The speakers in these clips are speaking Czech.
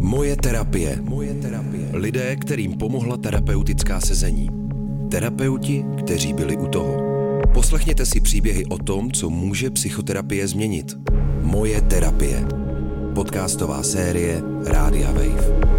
Moje terapie. Lidé, kterým pomohla terapeutická sezení. Terapeuti, kteří byli u toho. Poslechněte si příběhy o tom, co může psychoterapie změnit. Moje terapie. Podcastová série Rádia Wave.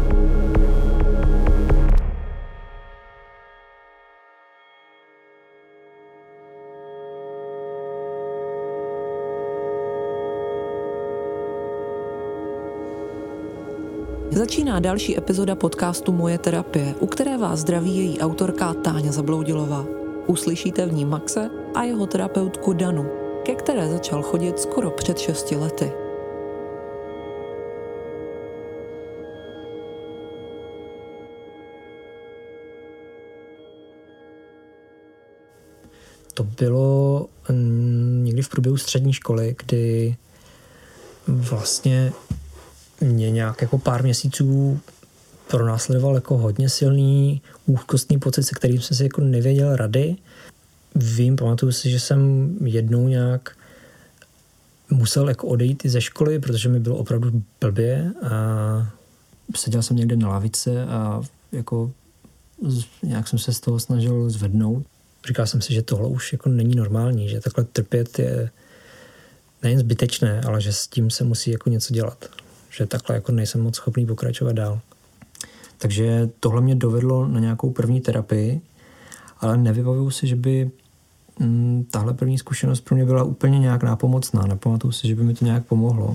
Začíná další epizoda podcastu Moje terapie, u které vás zdraví její autorka Táňa Zabloudilová. Uslyšíte v ní Maxe a jeho terapeutku Danu, ke které začal chodit skoro před 6 lety. To bylo někdy v průběhu střední školy, kdy vlastně mě nějak jako pár měsíců pronásledoval jako hodně silný úzkostný pocit, se kterým jsem si jako nevěděl rady. Pamatuju si, že jsem jednou nějak musel jako odejít i ze školy, protože mi bylo opravdu blbě a seděl jsem někde na lavice a jako nějak jsem se z toho snažil zvednout. Říkal jsem si, že tohle už jako není normální, že takhle trpět je nejen zbytečné, ale že s tím se musí jako něco dělat. Že takhle jako nejsem moc schopný pokračovat dál. Takže tohle mě dovedlo na nějakou první terapii, ale nevybavuju si, že by tahle první zkušenost pro mě byla úplně nějak nápomocná. Nepamatuju si, že by mi to nějak pomohlo.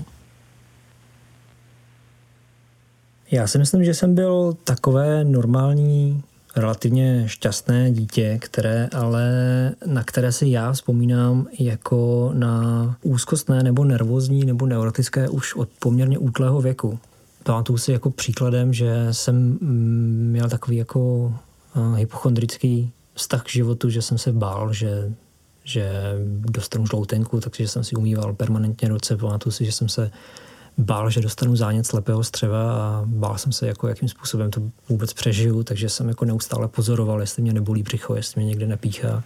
Já si myslím, že jsem byl takové normální, relativně šťastné dítě, na které si já vzpomínám jako na úzkostné nebo nervózní nebo neurotické už od poměrně útlého věku. Pamatuju si jako příkladem, že jsem měl takový jako hypochondrický vztah k životu, že jsem se bál, že dostanu žloutenku, takže jsem si umýval permanentně ruce. Pamatuju si, že jsem se bál, že dostanu zánět slepého střeva a bál jsem se, jako jakým způsobem to vůbec přežiju, takže jsem jako neustále pozoroval, jestli mě nebolí břicho, jestli mě někde nepíchá.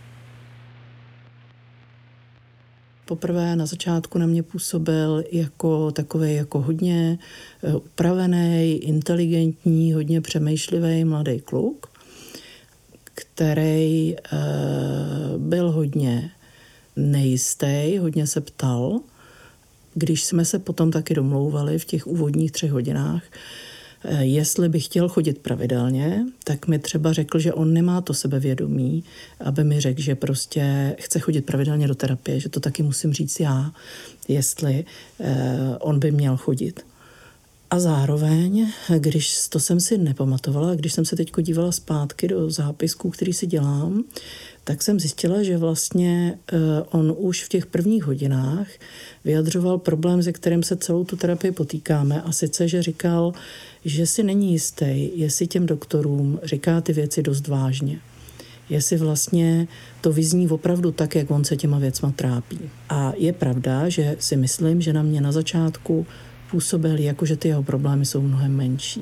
Poprvé na začátku na mě působil jako takovej jako hodně upravený, inteligentní, hodně přemýšlivý mladý kluk, který byl hodně nejistý, hodně se ptal. Když jsme se potom taky domlouvali v těch úvodních 3 hodinách, jestli bych chtěl chodit pravidelně, tak mi třeba řekl, že on nemá to sebevědomí, aby mi řekl, že prostě chce chodit pravidelně do terapie, že to taky musím říct já, jestli on by měl chodit. A zároveň, když to jsem si nepamatovala, když jsem se teď dívala zpátky do zápisků, který si dělám, tak jsem zjistila, že vlastně on už v těch prvních hodinách vyjadřoval problém, se kterým se celou tu terapii potýkáme, a sice, že říkal, že si není jistý, jestli těm doktorům říká ty věci dost vážně. Jestli vlastně to vyzní opravdu tak, jak on se těma věcma trápí. A je pravda, že si myslím, že na mě na začátku působil jako, že ty jeho problémy jsou mnohem menší.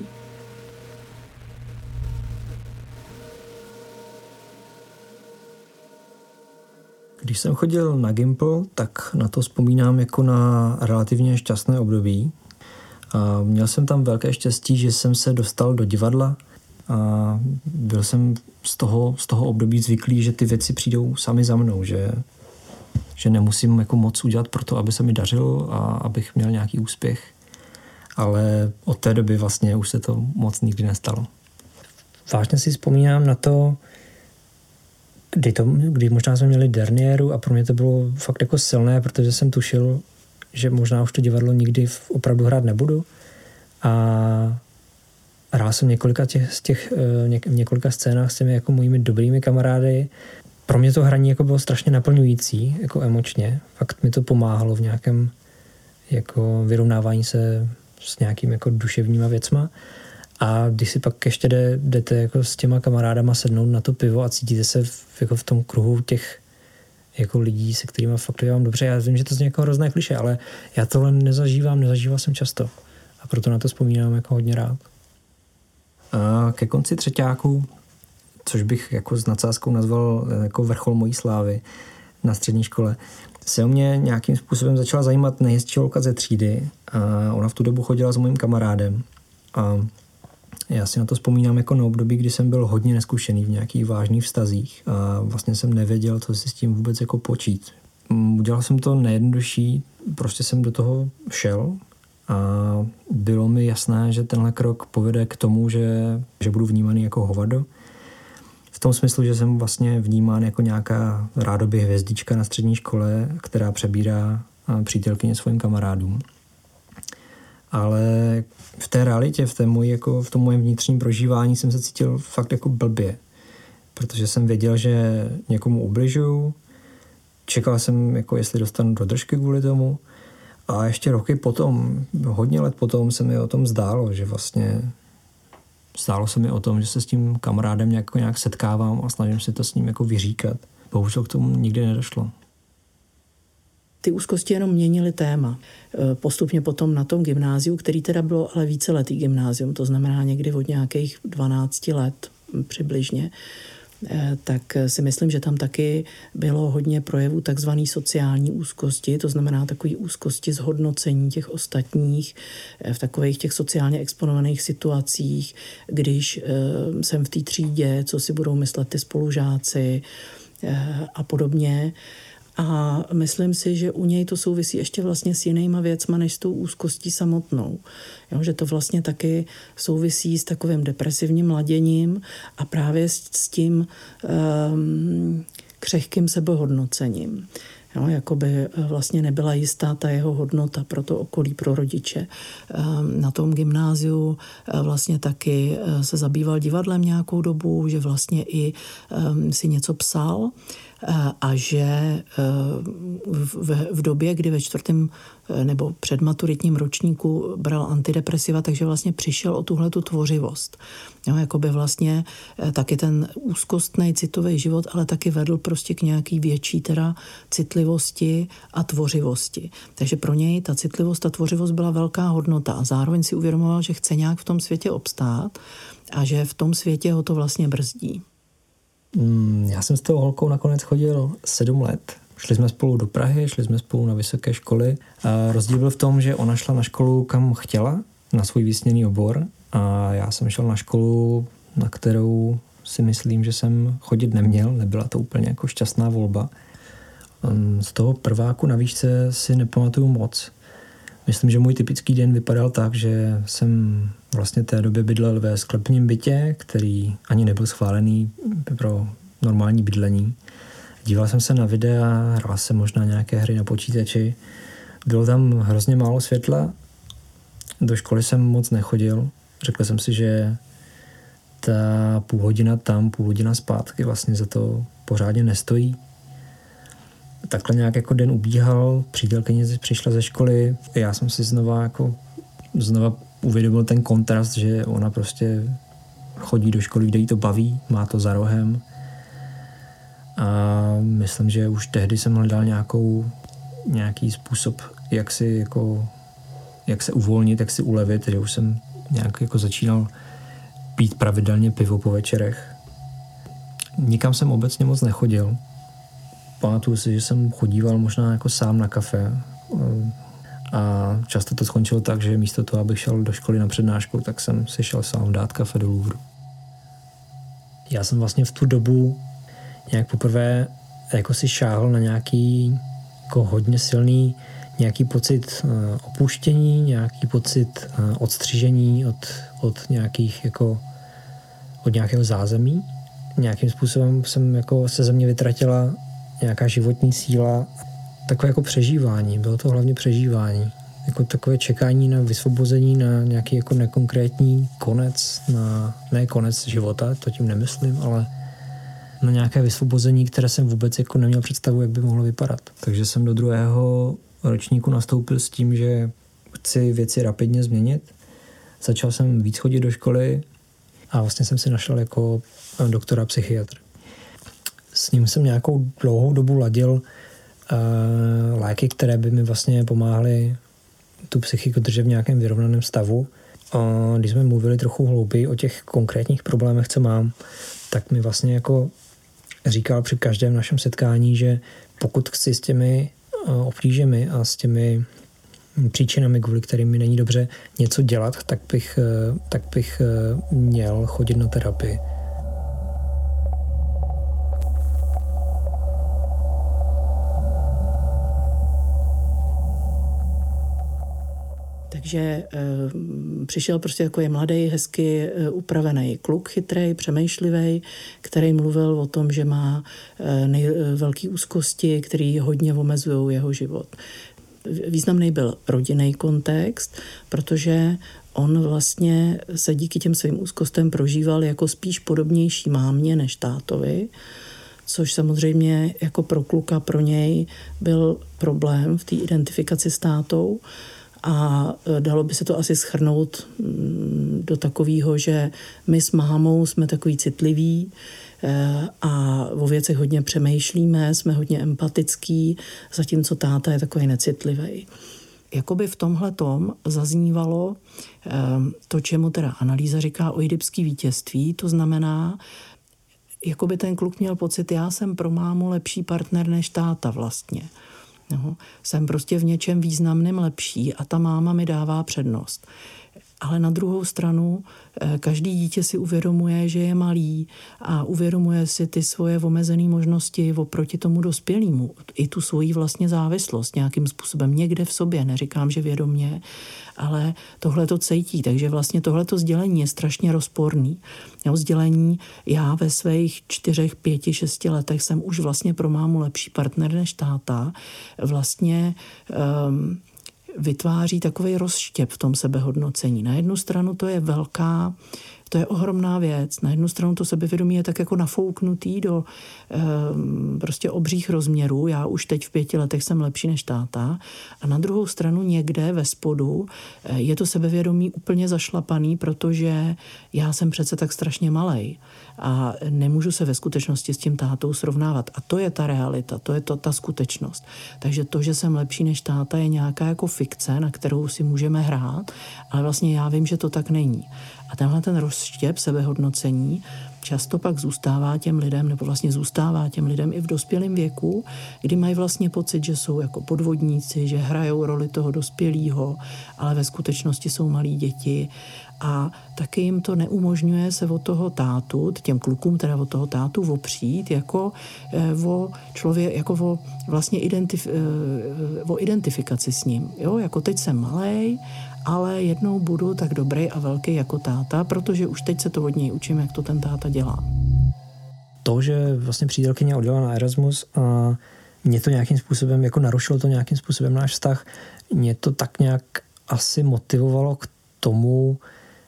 Když jsem chodil na Gimpl, tak na to vzpomínám jako na relativně šťastné období. A měl jsem tam velké štěstí, že jsem se dostal do divadla a byl jsem z toho období zvyklý, že ty věci přijdou sami za mnou, že nemusím jako moc udělat pro to, aby se mi dařilo a abych měl nějaký úspěch. Ale od té doby vlastně už se to moc nikdy nestalo. Vážně si vzpomínám na to, kdy možná jsme měli derniéru a pro mě to bylo fakt jako silné, protože jsem tušil, že možná už to divadlo nikdy opravdu hrát nebudu. A hrál jsem několika scénách s těmi jako mojimi dobrými kamarády. Pro mě to hraní jako bylo strašně naplňující, jako emočně. Fakt mi to pomáhalo v nějakém jako vyrovnávání se s nějakým jako duševníma věcma. A když si pak ještě jdete jako s těma kamarádama sednout na to pivo a cítíte se jako v tom kruhu těch jako lidí, se kterými fakt dělám dobře. Já vím, že to zní jako hrozné klišé, ale já tohle nezažíval jsem často. A proto na to vzpomínám jako hodně rád. A ke konci třeťáku, což bych jako s nadsázkou nazval jako vrchol mojí slávy, na střední škole, se o mě nějakým způsobem začala zajímat nejhezčí holka ze třídy a ona v tu dobu chodila s mým kamarádem a já si na to vzpomínám jako na období, kdy jsem byl hodně neskušený v nějakých vážných vztazích a vlastně jsem nevěděl, co si s tím vůbec jako počít. Udělal jsem to nejjednodušší, prostě jsem do toho šel a bylo mi jasné, že tenhle krok povede k tomu, že budu vnímaný jako hovado. V tom smyslu, že jsem vlastně vnímán jako nějaká rádoby hvězdička na střední škole, která přebírá přítelkyně svým kamarádům. Ale v té realitě, v tom mojem vnitřním prožívání jsem se cítil fakt jako blbě. Protože jsem věděl, že někomu ubližuju, čekal jsem, jako jestli dostanu do držky kvůli tomu a ještě roky potom, hodně let potom se mi o tom zdálo, že vlastně stálo se mi o tom, že se s tím kamarádem nějak setkávám a snažím se to s ním jako vyříkat. Bohužel k tomu nikdy nedošlo. Ty úzkosti jenom měnily téma. Postupně potom na tom gymnáziu, který teda bylo ale víceletý gymnázium, to znamená někdy od nějakých 12 let přibližně, tak si myslím, že tam taky bylo hodně projevů takzvané sociální úzkosti, to znamená takové úzkosti zhodnocení těch ostatních v takových těch sociálně exponovaných situacích, když jsem v té třídě, co si budou myslet ty spolužáci a podobně. A myslím si, že u něj to souvisí ještě vlastně s jinýma věcma, než s tou úzkostí samotnou. Jo, že to vlastně taky souvisí s takovým depresivním laděním a právě s tím křehkým sebehodnocením. Jo, jakoby vlastně nebyla jistá ta jeho hodnota pro to okolí, pro rodiče. Na tom gymnáziu vlastně taky se zabýval divadlem nějakou dobu, že vlastně i si něco psal a že v době, kdy ve 4. nebo předmaturitním ročníku bral antidepresiva, takže vlastně přišel o tuhletu tvořivost. Jo, jakoby vlastně taky ten úzkostný citový život, ale taky vedl prostě k nějaký větší teda citlivosti a tvořivosti. Takže pro něj ta citlivost a tvořivost byla velká hodnota a zároveň si uvědomoval, že chce nějak v tom světě obstát a že v tom světě ho to vlastně brzdí. Já jsem s tou holkou nakonec chodil 7 let. Šli jsme spolu do Prahy, šli jsme spolu na vysoké školy. A rozdíl byl v tom, že ona šla na školu, kam chtěla, na svůj vysněný obor. A já jsem šel na školu, na kterou si myslím, že jsem chodit neměl. Nebyla to úplně jako šťastná volba. Z toho prváku na výšce si nepamatuju moc. Myslím, že můj typický den vypadal tak, že jsem vlastně té době bydlel ve sklepním bytě, který ani nebyl schválený pro normální bydlení. Díval jsem se na videa, hrál jsem možná nějaké hry na počítači. Bylo tam hrozně málo světla, do školy jsem moc nechodil. Řekl jsem si, že ta půl hodina tam, půl hodina zpátky vlastně za to pořádně nestojí. Takhle nějak jako den ubíhal, přítelkyně přišla ze školy, já jsem si znova uvědomil ten kontrast, že ona prostě chodí do školy, kde jí to baví, má to za rohem. A myslím, že už tehdy jsem hledal nějaký způsob, jak se uvolnit, jak si ulevit, že už jsem nějak jako začínal pít pravidelně pivo po večerech. Nikam jsem obecně moc nechodil. Pamatuju si, že jsem chodíval možná jako sám na kafe a často to skončilo tak, že místo toho, abych šel do školy na přednášku, tak jsem si šel sám dát kafe do Louvru. Já jsem vlastně v tu dobu nějak poprvé jako si šáhl na nějaký jako hodně silný nějaký pocit opuštění, nějaký pocit odstřižení od nějakého zázemí. Nějakým způsobem jsem jako se ze mě vytratila nějaká životní síla, takové jako přežívání. Bylo to hlavně přežívání. Jako takové čekání na vysvobození, na nějaký jako nekonkrétní konec, ne konec života, to tím nemyslím, ale na nějaké vysvobození, které jsem vůbec jako neměl představu, jak by mohlo vypadat. Takže jsem do 2. ročníku nastoupil s tím, že chci věci rapidně změnit. Začal jsem víc chodit do školy a vlastně jsem si našel jako doktora psychiatra. S ním jsem nějakou dlouhou dobu ladil léky, které by mi vlastně pomáhaly tu psychiku držet v nějakém vyrovnaném stavu. A když jsme mluvili trochu hlouběji o těch konkrétních problémech, co mám, tak mi vlastně jako říkal při každém našem setkání, že pokud chci s těmi obtížemi a s těmi příčinami, kvůli kterým mi není dobře něco dělat, tak bych měl chodit na terapii. Takže přišel prostě jako je mladý, hezky upravený kluk, chytrej, přemýšlivý, který mluvil o tom, že má velké úzkosti, které hodně omezují jeho život. Významný byl rodinný kontext, protože on vlastně se díky těm svým úzkostem prožíval jako spíš podobnější mámě než tátovi, což samozřejmě jako pro kluka, pro něj byl problém v té identifikaci s tátou. A dalo by se to asi shrnout do takového, že my s mámou jsme takový citliví a o věcech hodně přemýšlíme, jsme hodně empatický, zatímco táta je takový necitlivý. Jakoby v tomhletom zaznívalo to, čemu teda analýza říká oidipský vítězství, to znamená, jakoby ten kluk měl pocit, já jsem pro mámu lepší partner než táta vlastně. No, jsem prostě v něčem významným lepší a ta máma mi dává přednost. Ale na druhou stranu každý dítě si uvědomuje, že je malý a uvědomuje si ty svoje omezené možnosti oproti tomu dospělému. I tu svoji vlastně závislost nějakým způsobem někde v sobě. Neříkám, že vědomě, ale tohle to cítí. Takže vlastně tohleto sdělení je strašně rozporný. Sdělení, já ve svých 4, 5, 6 letech jsem už vlastně pro mámu lepší partner než táta. Vlastně vytváří takový rozštěp v tom sebehodnocení. Na jednu stranu to je ohromná věc. Na jednu stranu to sebevědomí je tak jako nafouknutý do prostě obřích rozměrů. Já už teď v 5 letech jsem lepší než táta. A na druhou stranu někde ve spodu je to sebevědomí úplně zašlapaný, protože já jsem přece tak strašně malej a nemůžu se ve skutečnosti s tím tátou srovnávat. A to je ta realita, to je ta skutečnost. Takže to, že jsem lepší než táta, je nějaká jako fikce, na kterou si můžeme hrát, ale vlastně já vím, že to tak není. A tenhle ten rozštěp sebehodnocení často pak zůstává těm lidem, nebo vlastně zůstává těm lidem i v dospělém věku, kdy mají vlastně pocit, že jsou jako podvodníci, že hrajou roli toho dospělého, ale ve skutečnosti jsou malí děti. A taky jim to neumožňuje se od toho tátu, těm klukům teda od toho tátu opřít jako o člověk, jako o vlastně o identifikaci s ním. Jo, jako teď jsem malej, ale jednou budu tak dobrý a velký jako táta, protože už teď se to od něj učím, jak to ten táta dělá. To, že vlastně přítelkyně odjela na Erasmus a mě to nějakým způsobem, jako narušilo to nějakým způsobem náš vztah, mě to tak nějak asi motivovalo k tomu,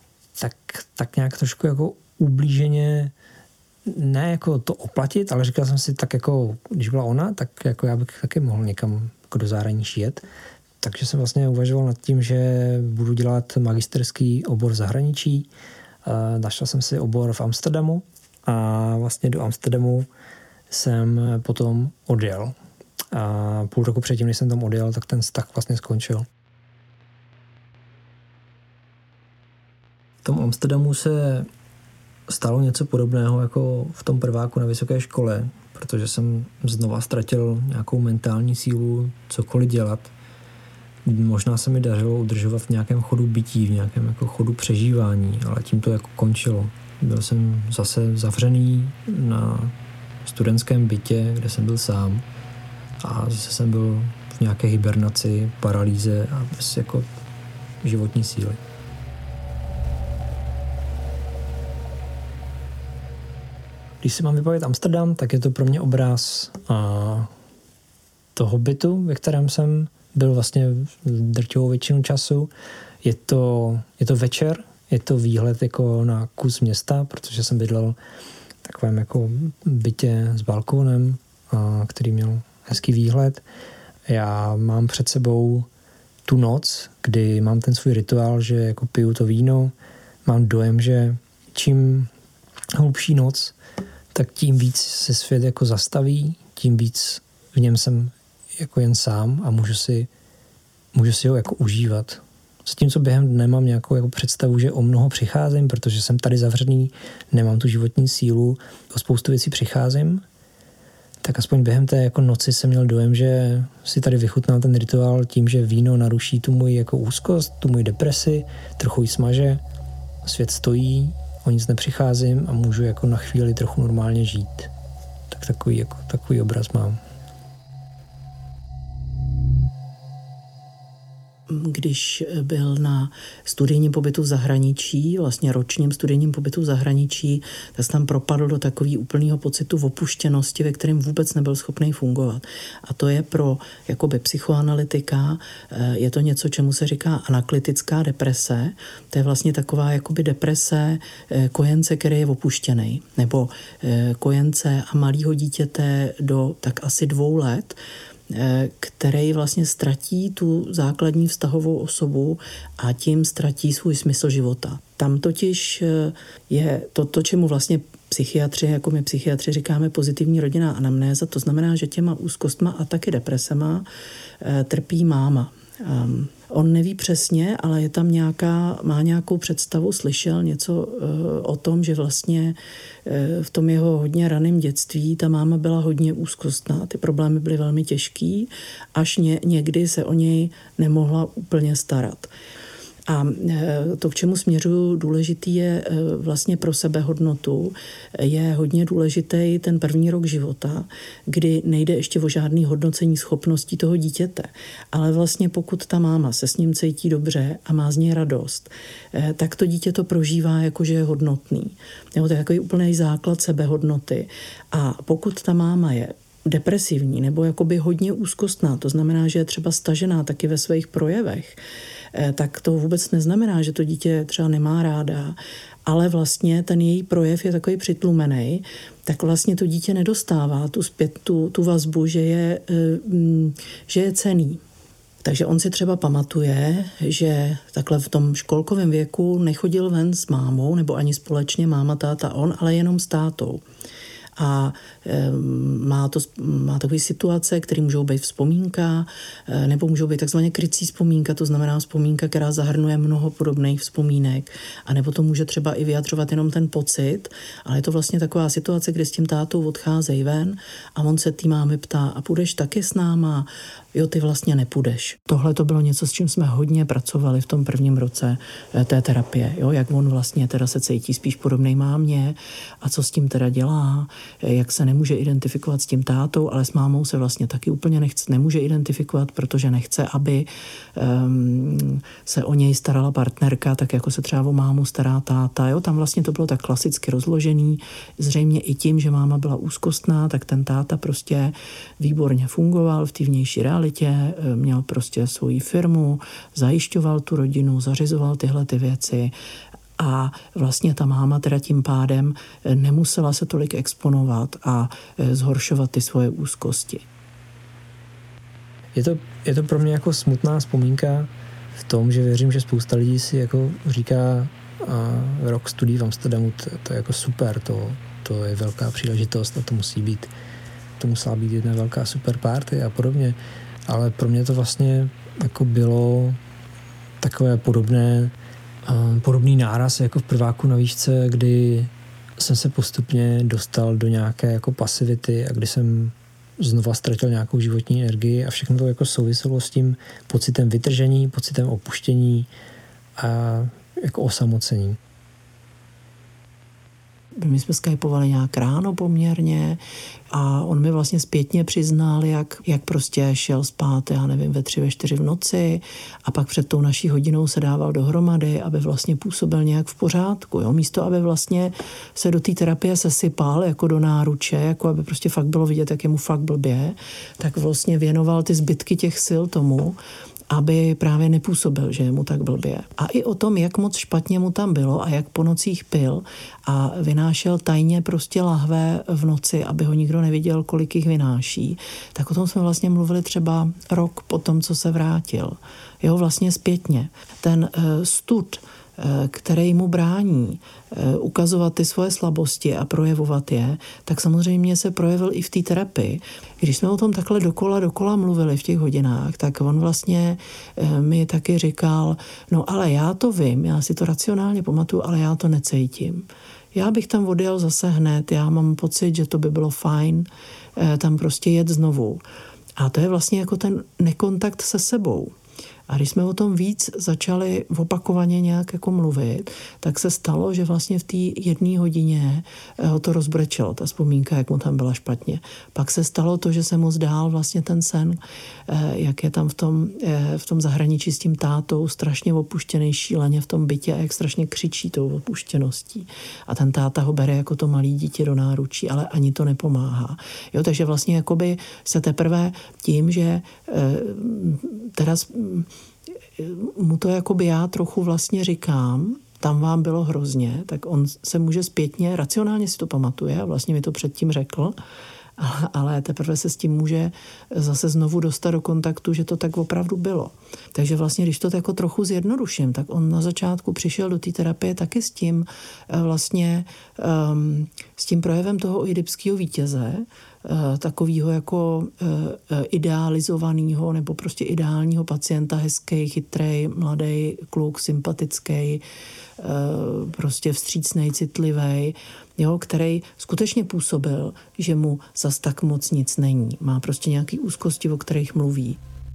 tak nějak trošku jako ublíženě, ne jako to oplatit, ale říkal jsem si tak jako, když byla ona, tak jako já bych taky mohl někam jako do zahraničí jet. Takže jsem vlastně uvažoval nad tím, že budu dělat magisterský obor v zahraničí. Našel jsem si obor v Amsterdamu a vlastně do Amsterdamu jsem potom odjel. A půl roku předtím, než jsem tam odjel, tak ten vztah vlastně skončil. V tom Amsterdamu se stalo něco podobného jako v tom prváku na vysoké škole, protože jsem znova ztratil nějakou mentální sílu cokoliv dělat. Možná se mi dařilo udržovat v nějakém chodu bytí, v nějakém jako chodu přežívání, ale tím to jako končilo. Byl jsem zase zavřený na studentském bytě, kde jsem byl sám a zase jsem byl v nějaké hibernaci, paralýze a bez jako životní síly. Když si mám vybavit Amsterdam, tak je to pro mě obraz toho bytu, ve kterém jsem byl vlastně drtivou většinu času. Je to večer, je to výhled jako na kus města, protože jsem bydlel v takovém jako bytě s balkónem, který měl hezký výhled. Já mám před sebou tu noc, kdy mám ten svůj rituál, že jako piju to víno. Mám dojem, že čím hlubší noc, tak tím víc se svět jako zastaví, tím víc v něm jsem jako jen sám a můžu si ho jako užívat. Zatímco během dne mám nějakou jako představu, že o mnoho přicházím, protože jsem tady zavřený, nemám tu životní sílu, o spoustu věcí přicházím, tak aspoň během té jako noci jsem měl dojem, že si tady vychutnal ten rituál tím, že víno naruší tu moji jako úzkost, tu moji depresi, trochu ji smaže, svět stojí, o nic nepřicházím a můžu jako na chvíli trochu normálně žít. Tak takový obraz mám. Když byl na studijním pobytu v zahraničí, vlastně ročním studijním pobytu v zahraničí, tak se tam propadl do takového úplného pocitu opuštěnosti, ve kterém vůbec nebyl schopný fungovat. A to je pro jakoby psychoanalytika, je to něco, čemu se říká anaklitická deprese. To je vlastně taková jakoby deprese kojence, který je opuštěný, nebo kojence a malého dítěte do tak asi 2 let, který vlastně ztratí tu základní vztahovou osobu a tím ztratí svůj smysl života. Tam totiž je to, čemu vlastně psychiatři, jako my psychiatři říkáme pozitivní rodinná anamnéza, to znamená, že těma úzkostma a taky depresema trpí máma. On neví přesně, ale je tam má nějakou představu, slyšel něco o tom, že vlastně v tom jeho hodně raném dětství ta máma byla hodně úzkostná, ty problémy byly velmi těžký, až někdy se o něj nemohla úplně starat. A to, k čemu směřuju, důležitý je vlastně pro sebehodnotu, je hodně důležitý ten první rok života, kdy nejde ještě o žádný hodnocení schopností toho dítěte. Ale vlastně pokud ta máma se s ním cítí dobře a má z něj radost, tak to dítě to prožívá jako, že je hodnotný. To je takový úplný základ sebehodnoty. A pokud ta máma je depresivní nebo jakoby hodně úzkostná, to znamená, že je třeba stažená taky ve svých projevech, tak to vůbec neznamená, že to dítě třeba nemá ráda, ale vlastně ten její projev je takový přitlumený, tak vlastně to dítě nedostává tu vazbu, že je cenný. Takže on si třeba pamatuje, že takhle v tom školkovém věku nechodil ven s mámou, nebo ani společně máma, táta, on, ale jenom s tátou. A má takové situace, které můžou být vzpomínka, nebo můžou být takzvaně krycí vzpomínka, to znamená vzpomínka, která zahrnuje mnoho podobných vzpomínek, a nebo to může třeba i vyjadřovat jenom ten pocit, ale je to vlastně taková situace, kdy s tím tátou odcházejí ven a on se tý mámy ptá, a půjdeš taky s náma? Jo, ty vlastně nepůjdeš. Tohle to bylo něco, s čím jsme hodně pracovali v tom prvním roce té terapie, jo, jak on vlastně teda se cítí spíš podobnej mámě a co s tím teda dělá, jak se nemůže identifikovat s tím tátou, ale s mámou se vlastně taky úplně nemůže identifikovat, protože nechce, aby se o něj starala partnerka, tak jako se třeba o mámu stará táta. Jo? Tam vlastně to bylo tak klasicky rozložený, zřejmě i tím, že máma byla úzkostná, tak ten táta prostě výborně fungoval v té vnější realitě, měl prostě svoji firmu, zajišťoval tu rodinu, zařizoval tyhle ty věci. A vlastně ta máma teda tím pádem nemusela se tolik exponovat a zhoršovat ty svoje úzkosti. Je to pro mě jako smutná vzpomínka v tom, že věřím, že spousta lidí si jako říká rok studií v Amsterdamu, to je jako super, to je velká příležitost a to musela být jedna velká super party a podobně. Ale pro mě to vlastně jako bylo takové podobný náraz jako v prváku na výšce, kdy jsem se postupně dostal do nějaké jako pasivity a kdy jsem znova ztratil nějakou životní energii a všechno to jako souviselo s tím pocitem vytržení, pocitem opuštění a jako osamocení. My jsme skypovali nějak ráno poměrně a on mi vlastně zpětně přiznal, jak prostě šel spát, já nevím, ve 3, ve 4 v noci a pak před tou naší hodinou se dával dohromady, aby vlastně působil nějak v pořádku. Jo? Místo, aby vlastně se do té terapie sesypal jako do náruče, jako aby prostě fakt bylo vidět, jak je mu fakt blbě, tak vlastně věnoval ty zbytky těch sil tomu, aby právě nepůsobil, že je mu tak blbě. A i o tom, jak moc špatně mu tam bylo a jak po nocích pil a vynášel tajně prostě lahve v noci, aby ho nikdo neviděl, kolik jich vynáší, tak o tom jsme vlastně mluvili třeba rok po tom, co se vrátil. Jo, vlastně zpětně. Ten stud, který mu brání ukazovat ty svoje slabosti a projevovat je, tak samozřejmě se projevil i v té terapii. Když jsme o tom takhle dokola mluvili v těch hodinách, tak on vlastně mi taky říkal, no ale já to vím, já si to racionálně pamatuju, ale já to necítím. já bych tam odjel zase hned, já mám pocit, že to by bylo fajn tam prostě jet znovu. A to je vlastně jako ten nekontakt se sebou. A když jsme o tom víc začali opakovaně nějak jako mluvit, tak se stalo, že vlastně v té 1 hodině ho to rozbrečelo, ta vzpomínka, jak mu tam byla špatně. Pak se stalo to, že se mu zdál vlastně ten sen, jak je tam v tom zahraničí s tím tátou strašně opuštěný, šíleně v tom bytě a jak strašně křičí tou opuštěností. A ten táta ho bere jako to malý dítě do náručí, ale ani to nepomáhá. Jo, takže vlastně jakoby se teprve tím, že teda mu to jakoby já trochu vlastně říkám, tam vám bylo hrozně, tak on se může zpětně, racionálně si to pamatuje a vlastně mi to předtím řekl, ale teprve se s tím může zase znovu dostat do kontaktu, že to tak opravdu bylo. Takže vlastně, když to jako trochu zjednoduším, tak on na začátku přišel do té terapie taky s tím vlastně s tím projevem toho oidipského vítěze, takového jako idealizovaného nebo prostě ideálního pacienta, hezký, chytrej, mladý kluk, sympatický, prostě vstřícnej, citlivý, jo, který skutečně působil, že mu zas tak moc nic není. Má prostě nějaký úzkosti, o kterých mluví.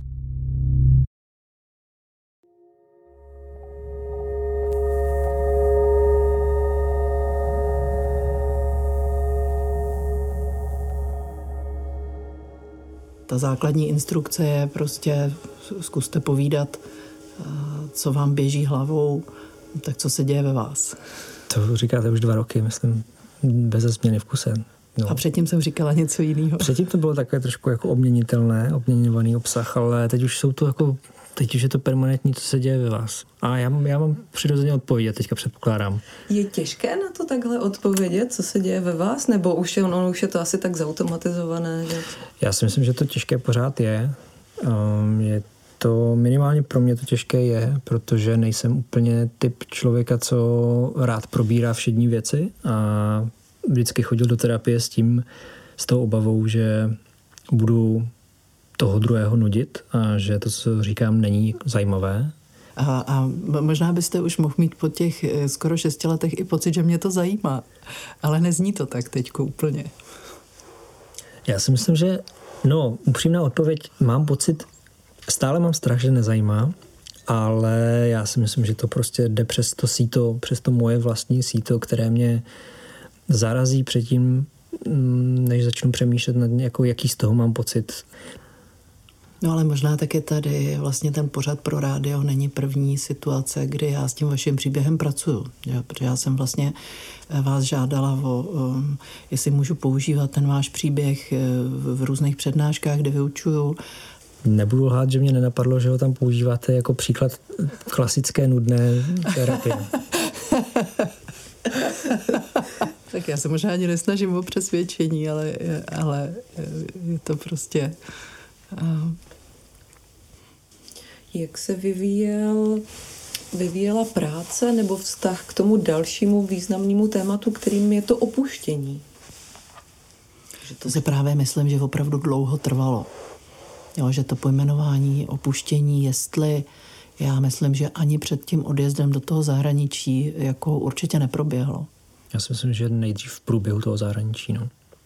Ta základní instrukce je prostě zkuste povídat, co vám běží hlavou, tak co se děje ve vás. To říkáte už 2 roky, myslím, bez změny v kuse. No. A předtím jsem říkala něco jiného. Předtím to bylo takové trošku jako obměňovaný obsah, ale teď už je to permanentní, co se děje ve vás. A já mám přirozeně odpovědět, teďka předpokládám. Je těžké na to takhle odpovědět, co se děje ve vás? Nebo už je to asi tak zautomatizované? Že... Já si myslím, že to těžké pořád je. Je to minimálně pro mě to těžké je, protože nejsem úplně typ člověka, co rád probírá všední věci a vždycky chodil do terapie s tou obavou, že budu toho druhého nudit a že to, co říkám, není zajímavé. A možná byste už mohl mít po těch skoro 6 letech i pocit, že mě to zajímá. Ale nezní to tak teďko úplně. Já si myslím, že upřímná odpověď, mám pocit, stále mám strach, že nezajímá, ale já si myslím, že to prostě jde přes to moje vlastní síto, které mě zarazí předtím, než začnu přemýšlet nad jaký z toho mám pocit. No ale možná taky tady vlastně ten pořad pro rádio není první situace, kdy já s tím vaším příběhem pracuju. Jo, protože já jsem vlastně vás žádala jestli můžu používat ten váš příběh v různých přednáškách, kde vyučuju. Nebudu lhát, že mě nenapadlo, že ho tam používáte jako příklad klasické nudné terapie. Tak já se možná ani nesnažím o přesvědčení, ale je to prostě... Jak se vyvíjela práce nebo vztah k tomu dalšímu významnému tématu, kterým je to opuštění? To si právě myslím, že opravdu dlouho trvalo. Jo, že to pojmenování opuštění, jestli já myslím, že ani před tím odjezdem do toho zahraničí jako určitě neproběhlo. Já si myslím, že nejdřív v průběhu toho zahraničí.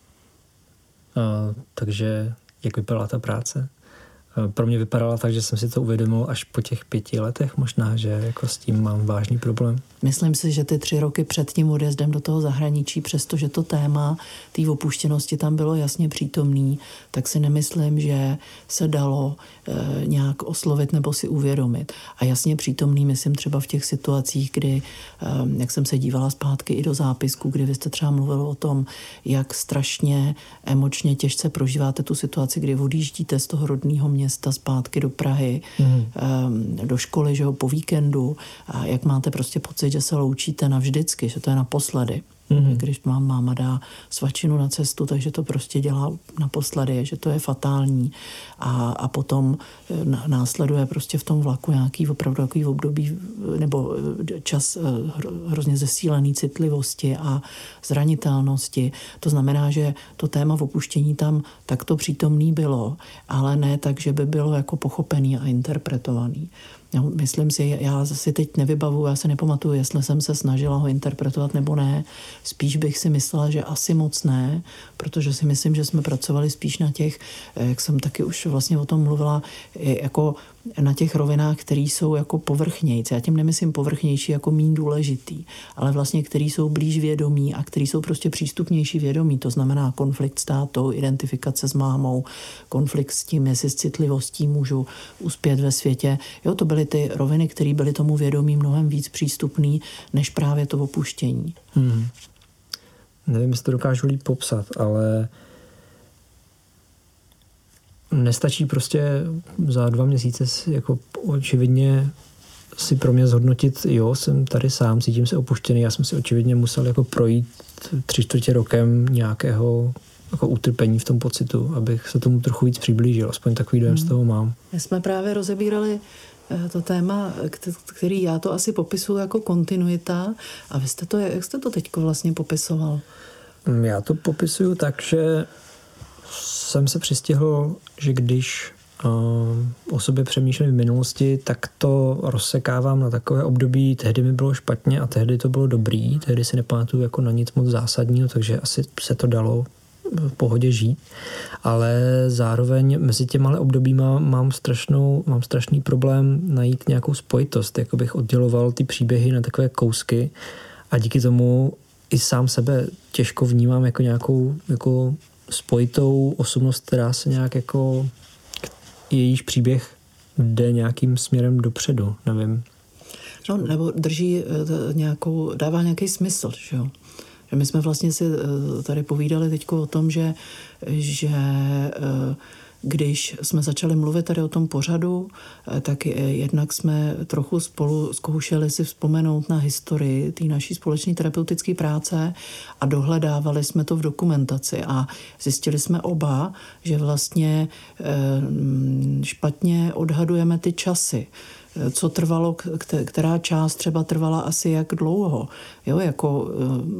Takže jak vypadala ta práce? Pro mě vypadala tak, že jsem si to uvědomil až po těch 5 letech možná, že jako s tím mám vážný problém. Myslím si, že ty 3 roky před tím odjezdem do toho zahraničí, přestože to téma té opuštěnosti tam bylo jasně přítomný, tak si nemyslím, že se dalo nějak oslovit nebo si uvědomit. A jasně přítomný, myslím třeba v těch situacích, kdy, jak jsem se dívala zpátky i do zápisku, kdy vy jste třeba mluvil o tom, jak strašně emočně těžce prožíváte tu situaci, kdy odjíždíte z toho rodného města zpátky do Prahy, do školy, že jo, po víkendu, a jak máte prostě pocit, že se loučíte navždycky, že to je naposledy. Když vám máma dá svačinu na cestu, takže to prostě dělá naposledy, že to je fatální. A potom následuje prostě v tom vlaku nějaký opravdu takový období nebo čas hrozně zesílený citlivosti a zranitelnosti. To znamená, že to téma opuštění tam takto přítomný bylo, ale ne tak, že by bylo jako pochopený a interpretovaný. Myslím si, já si teď nevybavuju, já se nepamatuju, jestli jsem se snažila ho interpretovat nebo ne. Spíš bych si myslela, že asi moc ne, protože si myslím, že jsme pracovali spíš na těch, jak jsem taky už vlastně o tom mluvila, jako na těch rovinách, které jsou jako povrchnější. Já tím nemyslím povrchnější jako míň důležitý, ale vlastně který jsou blíž vědomí a který jsou prostě přístupnější vědomí. To znamená konflikt s tátou, identifikace s mámou, konflikt s tím, jestli s citlivostí můžu uspět ve světě. Jo, to byly ty roviny, které byly tomu vědomí mnohem víc přístupný, než právě to opuštění. Nevím, jestli to dokážu líp popsat, ale nestačí prostě za 2 měsíce jako očividně si pro mě zhodnotit, jo, jsem tady sám, cítím se opuštěný, já jsem si očividně musel jako projít 3/4 rokem nějakého jako utrpení v tom pocitu, abych se tomu trochu víc přiblížil, aspoň takový dojem z toho mám. My jsme právě rozebírali to téma, který já to asi popisuju jako kontinuita, a vy jste to, jak jste to teďko vlastně popisoval? Já to popisuju tak, že jsem se přistihl, že když o sobě přemýšlím v minulosti, tak to rozsekávám na takové období, tehdy mi bylo špatně a tehdy to bylo dobrý, tehdy si nepamatuju jako na nic moc zásadního, takže asi se to dalo v pohodě žít, ale zároveň mezi těma obdobíma mám strašný problém najít nějakou spojitost, jako bych odděloval ty příběhy na takové kousky a díky tomu i sám sebe těžko vnímám jako nějakou jako spojitou osobnost, která se nějak jako jejíž příběh jde nějakým směrem dopředu, nevím. No, nebo drží dává nějaký smysl, že jo. Že my jsme vlastně si tady povídali teďko o tom, že když jsme začali mluvit tady o tom pořadu, tak jednak jsme trochu spolu zkoušeli si vzpomenout na historii té naší společné terapeutické práce a dohledávali jsme to v dokumentaci a zjistili jsme oba, že vlastně špatně odhadujeme ty časy. Co trvalo, která část třeba trvala asi jak dlouho. Jo, jako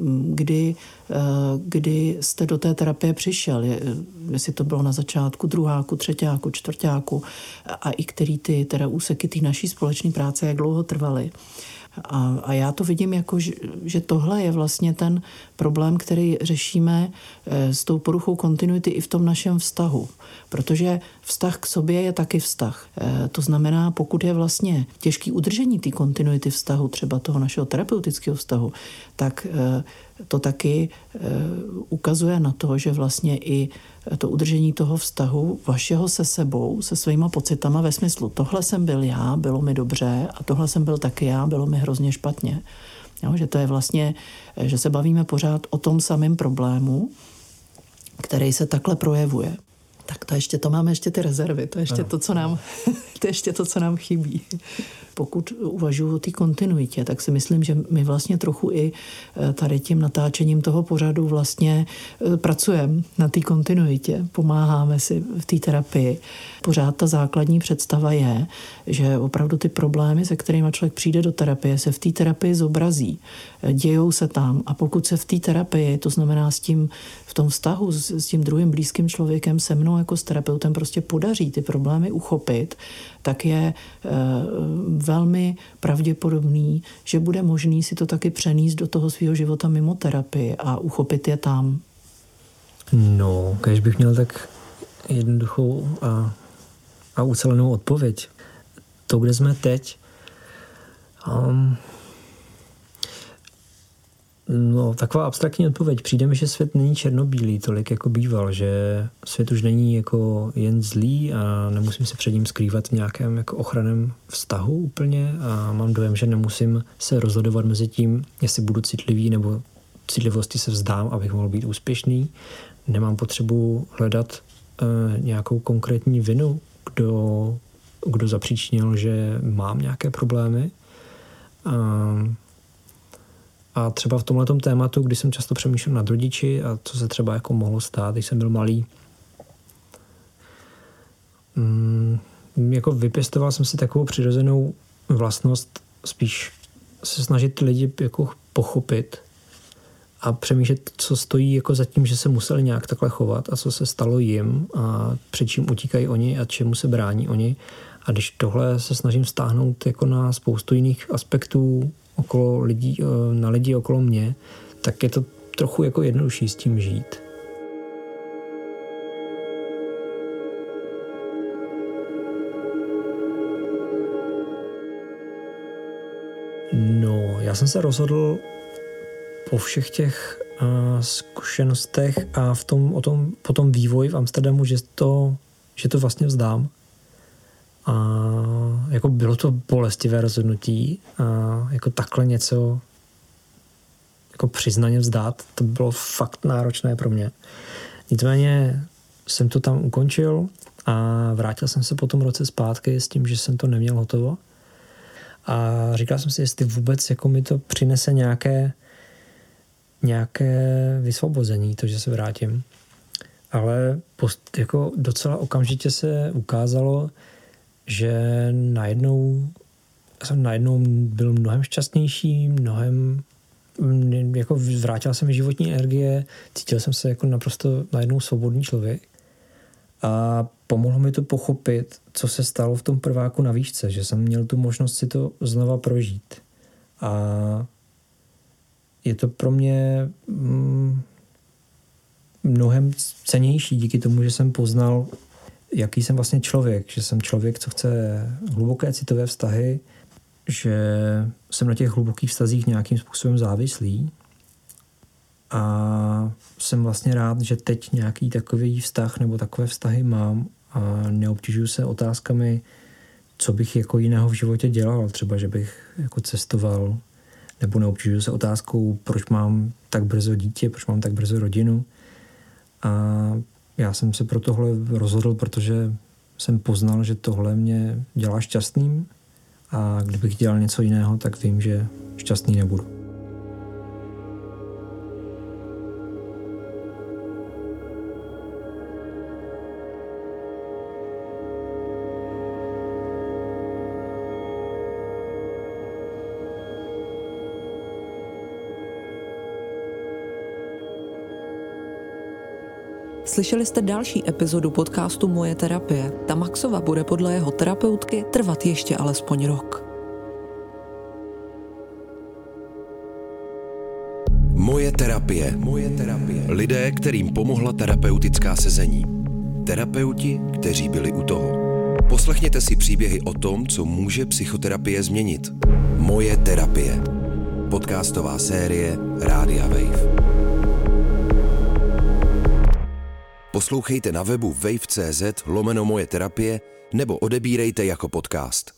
kdy jste do té terapie přišel, jestli to bylo na začátku druháku, třetíku, čtvrtáku a i který ty teda úseky té naší společné práce, jak dlouho trvaly. A já to vidím jako, že tohle je vlastně ten problém, který řešíme s tou poruchou kontinuity i v tom našem vztahu. Protože vztah k sobě je taky vztah. To znamená, pokud je vlastně těžký udržení té kontinuity vztahu, třeba toho našeho terapeutického vztahu, tak to taky ukazuje na to, že vlastně i to udržení toho vztahu vašeho se sebou, se svýma pocitama ve smyslu tohle jsem byl já, bylo mi dobře a tohle jsem byl taky já, bylo mi hrozně špatně. Jo, že to je vlastně, že se bavíme pořád o tom samém problému, který se takhle projevuje. Tak to máme ještě ty rezervy, to je ještě to, co nám chybí. Pokud uvažuji o té kontinuitě, tak si myslím, že my vlastně trochu i tady tím natáčením toho pořadu vlastně pracujeme na té kontinuitě, pomáháme si v té terapii. Pořád ta základní představa je, že opravdu ty problémy, se kterými člověk přijde do terapie, se v té terapii zobrazí, dějou se tam a pokud se v té terapii, to znamená v tom vztahu s tím druhým blízkým člověkem, se mnou jako s terapeutem prostě podaří ty problémy uchopit, tak je velmi pravděpodobný, že bude možný si to taky přenést do toho svého života mimo terapii a uchopit je tam. No, když bych měl tak jednoduchou a ucelenou odpověď. To, kde jsme teď, no, taková abstraktní odpověď. Přijde mi, že svět není černobílý tolik, jako býval, že svět už není jako jen zlý a nemusím se před ním skrývat v nějakém jako ochranném vztahu úplně a mám dojem, že nemusím se rozhodovat mezi tím, jestli budu citlivý nebo citlivosti se vzdám, abych mohl být úspěšný. Nemám potřebu hledat nějakou konkrétní vinu, kdo zapříčinil, že mám nějaké problémy. A třeba v tomhletom tématu, kdy jsem často přemýšlel nad rodiči a co se třeba jako mohlo stát, když jsem byl malý, jako vypěstoval jsem si takovou přirozenou vlastnost spíš se snažit lidi jako pochopit a přemýšlet, co stojí jako za tím, že se museli nějak takhle chovat a co se stalo jim a před čím utíkají oni a čemu se brání oni. A když tohle se snažím stáhnout jako na spoustu jiných aspektů okolo lidí, na lidi okolo mě, tak je to trochu jako jednodušší s tím žít. No, já jsem se rozhodl po všech těch zkušenostech a po tom vývoji v Amsterdamu, že to vlastně vzdám. A jako bylo to bolestivé rozhodnutí a jako takhle něco jako přiznaně vzdát, to bylo fakt náročné pro mě. Nicméně jsem to tam ukončil a vrátil jsem se po tom roce zpátky s tím, že jsem to neměl hotovo. A říkal jsem si, jestli vůbec jako mi to přinese nějaké vysvobození, to, že se vrátím. Ale jako docela okamžitě se ukázalo, že najednou byl mnohem šťastnější, jako vrátila se mi životní energie, cítil jsem se jako naprosto najednou svobodný člověk. A pomohlo mi to pochopit, co se stalo v tom prváku na výšce, že jsem měl tu možnost si to znova prožít. A je to pro mě mnohem cennější díky tomu, že jsem poznal, jaký jsem vlastně člověk, že jsem člověk, co chce hluboké citové vztahy, že jsem na těch hlubokých vztazích nějakým způsobem závislý a jsem vlastně rád, že teď nějaký takový vztah nebo takové vztahy mám a neobtěžuju se otázkami, co bych jako jiného v životě dělal, třeba, že bych jako cestoval, nebo neobtěžuju se otázkou, proč mám tak brzo dítě, proč mám tak brzo rodinu. A já jsem se pro tohle rozhodl, protože jsem poznal, že tohle mě dělá šťastným a kdybych dělal něco jiného, tak vím, že šťastný nebudu. Slyšeli jste další epizodu podcastu Moje terapie. Ta Maxova bude podle jeho terapeutky trvat ještě alespoň rok. Moje terapie. Lidé, kterým pomohla terapeutická sezení. Terapeuti, kteří byli u toho. Poslechněte si příběhy o tom, co může psychoterapie změnit. Moje terapie. Podcastová série Rádia Wave. Poslouchejte na webu wave.cz/moje terapie nebo odebírejte jako podcast.